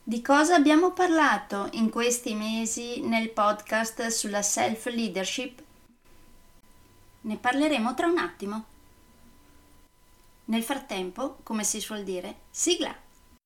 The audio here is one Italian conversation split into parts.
Di cosa abbiamo parlato in questi mesi nel podcast sulla self-leadership? Ne parleremo tra un attimo. Nel frattempo, come si suol dire, sigla!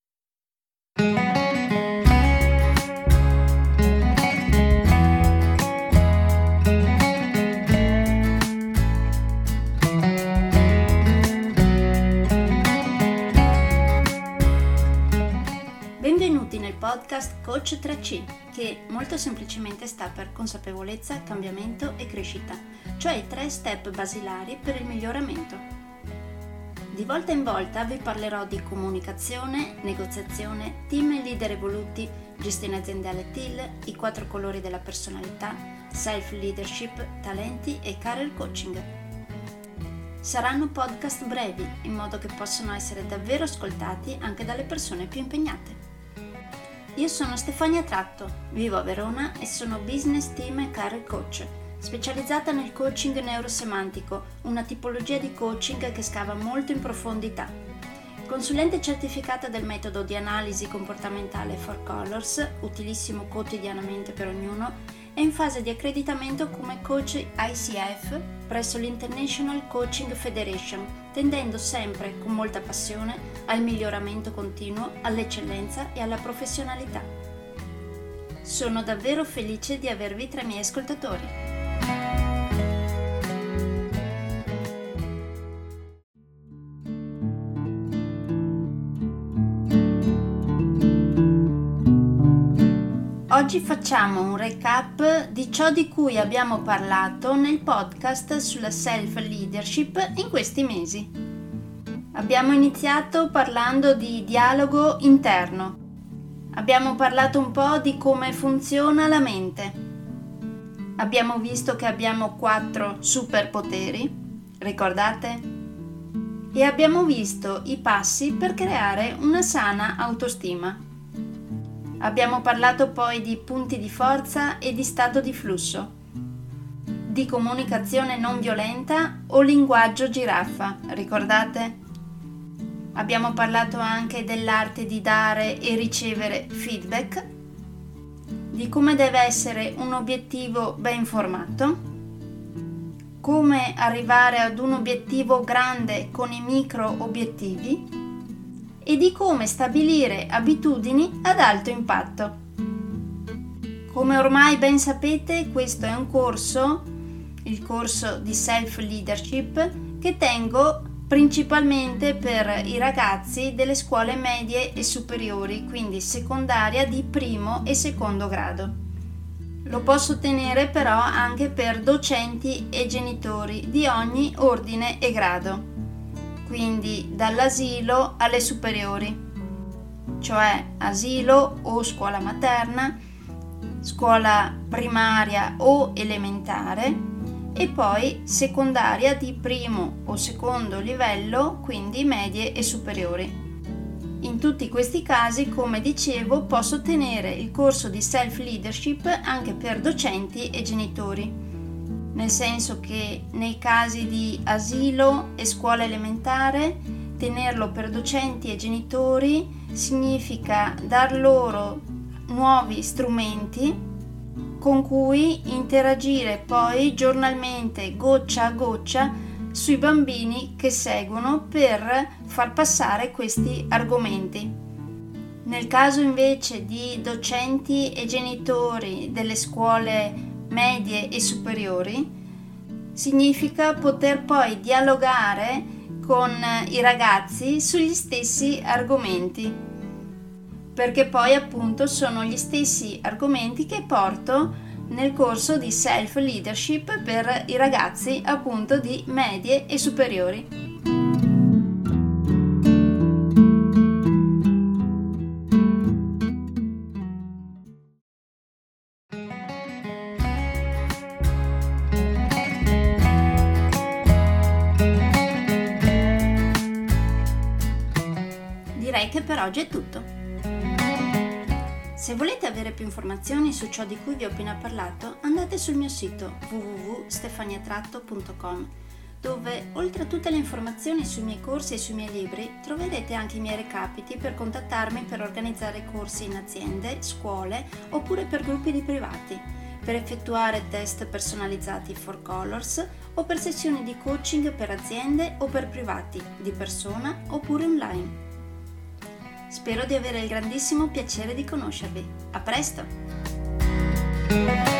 Benvenuti nel podcast Coach 3C, che molto semplicemente sta per consapevolezza, cambiamento e crescita, cioè i 3 step basilari per il miglioramento. Di volta in volta vi parlerò di comunicazione, negoziazione, team e leader evoluti, gestione aziendale TIL, i 4 colori della personalità, self-leadership, talenti e career coaching. Saranno podcast brevi, in modo che possano essere davvero ascoltati anche dalle persone più impegnate. Io sono Stefania Tratto, vivo a Verona e sono business team e career coach, specializzata nel coaching neurosemantico, una tipologia di coaching che scava molto in profondità. Consulente certificata del metodo di analisi comportamentale 4 Colors, utilissimo quotidianamente per ognuno, è in fase di accreditamento come coach ICF presso l'International Coaching Federation, tendendo sempre con molta passione al miglioramento continuo, all'eccellenza e alla professionalità. Sono davvero felice di avervi tra i miei ascoltatori. Oggi facciamo un recap di ciò di cui abbiamo parlato nel podcast sulla self-leadership in questi mesi. Abbiamo iniziato parlando di dialogo interno. Abbiamo parlato un po' di come funziona la mente. Abbiamo visto che abbiamo 4 superpoteri, ricordate? E abbiamo visto i passi per creare una sana autostima. Abbiamo parlato poi di punti di forza e di stato di flusso, di comunicazione non violenta o linguaggio giraffa, ricordate? Abbiamo parlato anche dell'arte di dare e ricevere feedback, di come deve essere un obiettivo ben formato, come arrivare ad un obiettivo grande con i micro obiettivi, e di come stabilire abitudini ad alto impatto. Come ormai ben sapete, questo è un corso, il corso di self-leadership, che tengo principalmente per i ragazzi delle scuole medie e superiori, quindi secondaria di primo e secondo grado. Lo posso tenere però anche per docenti e genitori di ogni ordine e grado, quindi dall'asilo alle superiori, cioè asilo o scuola materna, scuola primaria o elementare e poi secondaria di primo o secondo livello, quindi medie e superiori. In tutti questi casi, come dicevo, posso tenere il corso di self-leadership anche per docenti e genitori. Nel senso che nei casi di asilo e scuola elementare, tenerlo per docenti e genitori significa dar loro nuovi strumenti con cui interagire poi giornalmente, goccia a goccia, sui bambini che seguono per far passare questi argomenti. Nel caso invece di docenti e genitori delle scuole medie e superiori, significa poter poi dialogare con i ragazzi sugli stessi argomenti, perché poi appunto sono gli stessi argomenti che porto nel corso di self-leadership per i ragazzi appunto di medie e superiori. Direi che per oggi è tutto. Se volete avere più informazioni su ciò di cui vi ho appena parlato, andate sul mio sito www.stefaniatratto.com. dove, oltre a tutte le informazioni sui miei corsi e sui miei libri, troverete anche i miei recapiti per contattarmi per organizzare corsi in aziende, scuole oppure per gruppi di privati, per effettuare test personalizzati for Colors o per sessioni di coaching per aziende o per privati, di persona oppure online. Spero di avere il grandissimo piacere di conoscervi. A presto!